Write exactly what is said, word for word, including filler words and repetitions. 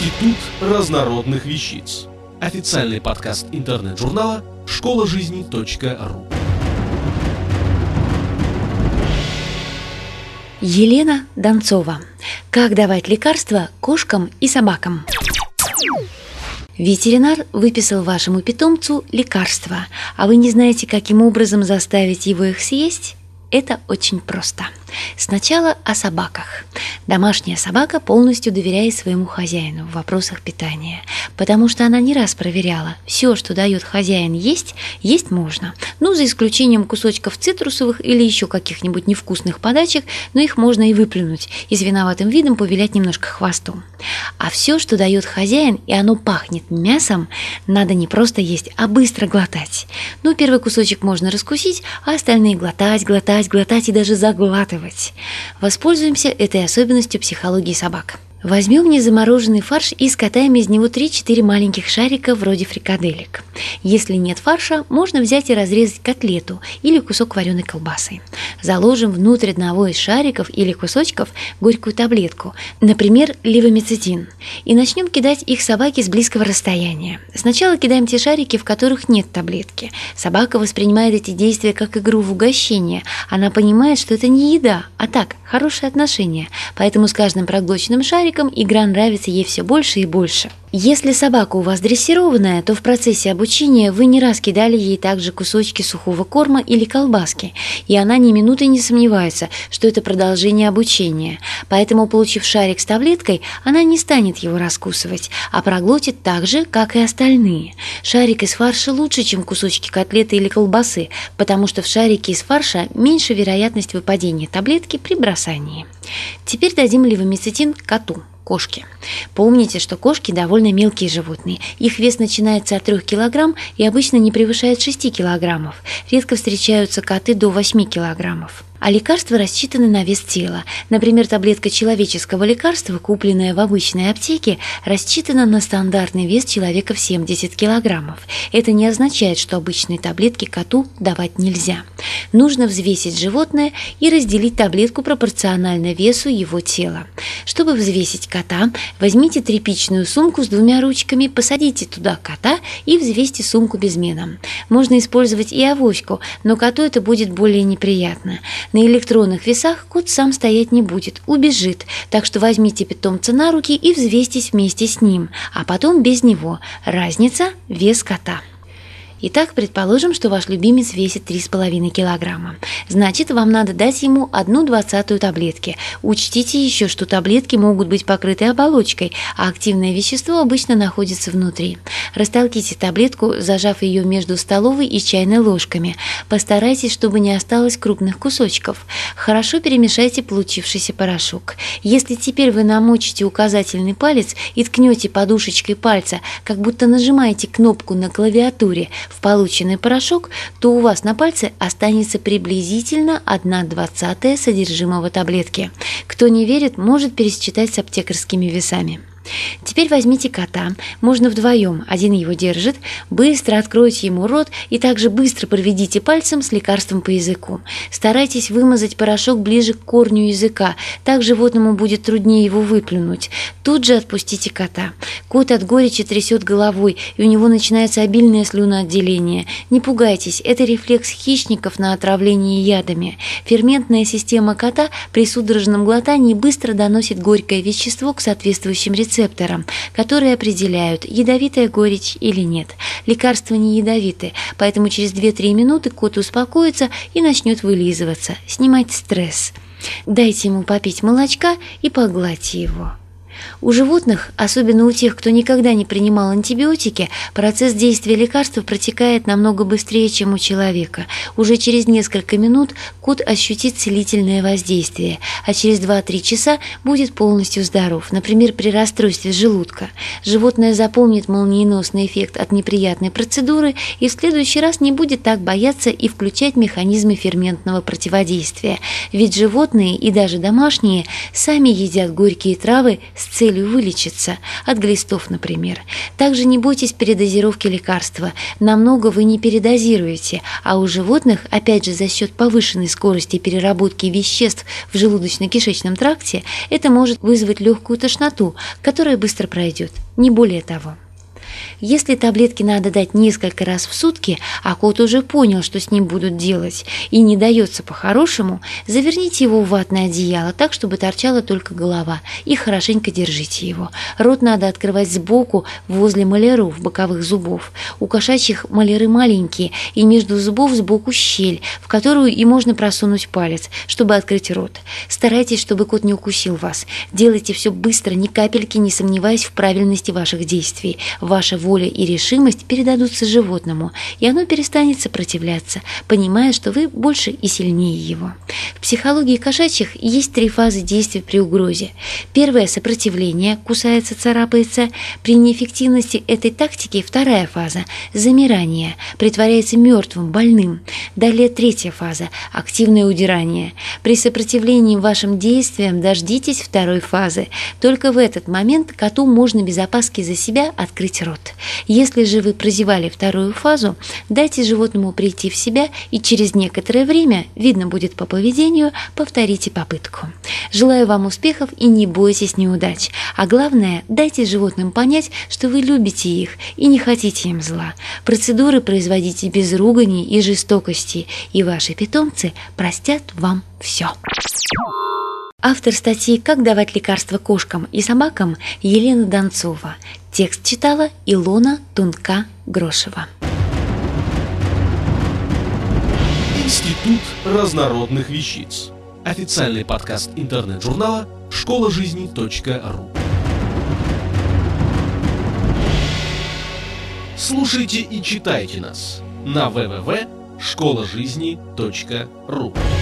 Институт разнородных вещиц. Официальный подкаст интернет-журнала школа жизни точка ру. Елена Донцова. Как давать лекарства кошкам и собакам? Ветеринар выписал вашему питомцу лекарства, а вы не знаете, каким образом заставить его их съесть? Это очень просто. Сначала о собаках. Домашняя собака полностью доверяет своему хозяину в вопросах питания, потому что она не раз проверяла, все, что дает хозяин есть, есть можно. Ну, за исключением кусочков цитрусовых или еще каких-нибудь невкусных подачек, но их можно и выплюнуть, и с виноватым видом повилять немножко хвостом. А все, что дает хозяин, и оно пахнет мясом, надо не просто есть, а быстро глотать. Ну, первый кусочек можно раскусить, а остальные глотать, глотать, глотать и даже заглатывать. Воспользуемся этой особенностью психологии собак. Возьмем незамороженный фарш и скатаем из него три-четыре маленьких шарика вроде фрикаделек. Если нет фарша, можно взять и разрезать котлету или кусок вареной колбасы. Заложим внутрь одного из шариков или кусочков горькую таблетку, например, левомицетин, и начнем кидать их собаке с близкого расстояния. Сначала кидаем те шарики, в которых нет таблетки. Собака воспринимает эти действия как игру в угощение. Она понимает, что это не еда, а так, хорошее отношение. Поэтому с каждым проглоченным шариком игра нравится ей все больше и больше. Если собака у вас дрессированная, то в процессе обучения вы не раз кидали ей также кусочки сухого корма или колбаски, и она ни минуты не сомневается, что это продолжение обучения. Поэтому, получив шарик с таблеткой, она не станет его раскусывать, а проглотит так же, как и остальные. Шарик из фарша лучше, чем кусочки котлеты или колбасы, потому что в шарике из фарша меньше вероятность выпадения таблетки при бросании. Теперь дадим левомицетин коту. Кошки. Помните, что кошки довольно мелкие животные. Их вес начинается от трёх килограмм и обычно не превышает шести килограммов. Редко встречаются коты до восьми килограммов. А лекарства рассчитаны на вес тела. Например, таблетка человеческого лекарства, купленная в обычной аптеке, рассчитана на стандартный вес человека в семьдесят килограммов. Это не означает, что обычные таблетки коту давать нельзя. Нужно взвесить животное и разделить таблетку пропорционально весу его тела. Чтобы взвесить кота, возьмите тряпичную сумку с двумя ручками, посадите туда кота и взвесьте сумку безменом. Можно использовать и авоську, но коту это будет более неприятно. На электронных весах кот сам стоять не будет, убежит, так что возьмите питомца на руки и взвесьтесь вместе с ним, а потом без него. Разница – вес кота. Итак, предположим, что ваш любимец весит три с половиной килограмма. Значит, вам надо дать ему одну двадцатую таблетки. Учтите еще, что таблетки могут быть покрыты оболочкой, а активное вещество обычно находится внутри. Растолките таблетку, зажав ее между столовой и чайной ложками. Постарайтесь, чтобы не осталось крупных кусочков. Хорошо перемешайте получившийся порошок. Если теперь вы намочите указательный палец и ткнете подушечкой пальца, как будто нажимаете кнопку на клавиатуре, в полученный порошок, то у вас на пальце останется приблизительно одна двадцатая содержимого таблетки. Кто не верит, может пересчитать с аптекарскими весами. Теперь возьмите кота, можно вдвоем, один его держит, быстро откройте ему рот и также быстро проведите пальцем с лекарством по языку. Старайтесь вымазать порошок ближе к корню языка, так животному будет труднее его выплюнуть. Тут же отпустите кота. Кот от горечи трясет головой, и у него начинается обильное слюноотделение. Не пугайтесь, это рефлекс хищников на отравление ядами. Ферментная система кота при судорожном глотании быстро доносит горькое вещество к соответствующим рецепторам, которые определяют, ядовитая горечь или нет. Лекарства не ядовиты, поэтому через две-три минуты кот успокоится и начнет вылизываться, снимать стресс. Дайте ему попить молочка и погладьте его. У животных, особенно у тех, кто никогда не принимал антибиотики, процесс действия лекарства протекает намного быстрее, чем у человека. Уже через несколько минут кот ощутит целительное воздействие, а через два-три часа будет полностью здоров, например, при расстройстве желудка. Животное запомнит молниеносный эффект от неприятной процедуры и в следующий раз не будет так бояться и включать механизмы ферментного противодействия. Ведь животные и даже домашние сами едят горькие травы с целью вылечиться, от глистов, например. Также не бойтесь передозировки лекарства. Намного вы не передозируете, а у животных, опять же, за счет повышенной скорости переработки веществ в желудочно-кишечном тракте, это может вызвать легкую тошноту, которая быстро пройдет, не более того. Если таблетки надо дать несколько раз в сутки, а кот уже понял, что с ним будут делать, и не дается по-хорошему, заверните его в ватное одеяло так, чтобы торчала только голова, и хорошенько держите его. Рот надо открывать сбоку, возле маляров, боковых зубов. У кошачьих маляры маленькие, и между зубов сбоку щель, в которую и можно просунуть палец, чтобы открыть рот. Старайтесь, чтобы кот не укусил вас. Делайте все быстро, ни капельки не сомневаясь в правильности ваших действий. Ваша воля и решимость передадутся животному, и оно перестанет сопротивляться, понимая, что вы больше и сильнее его. В психологии кошачьих есть три фазы действия при угрозе. Первая – сопротивление, кусается, царапается. При неэффективности этой тактики вторая фаза – замирание, притворяется мертвым, больным. Далее третья фаза – активное удирание. При сопротивлении вашим действиям дождитесь второй фазы. Только в этот момент коту можно без опаски за себя открыть рот. Если же вы прозевали вторую фазу, дайте животному прийти в себя, и через некоторое время, видно будет по поведению, повторите попытку. Желаю вам успехов и не бойтесь неудач. А главное, дайте животным понять, что вы любите их и не хотите им зла. Процедуры производите без руганий и жестокости, и ваши питомцы простят вам все. Автор статьи «Как давать лекарства кошкам и собакам» Елена Донцова. Текст читала Илона Тунка-Грошева. Институт разнородных вещиц. Официальный подкаст интернет-журнала школа жизни точка ру. Слушайте и читайте нас на дабл ю дабл ю дабл ю точка школа жизни точка ру.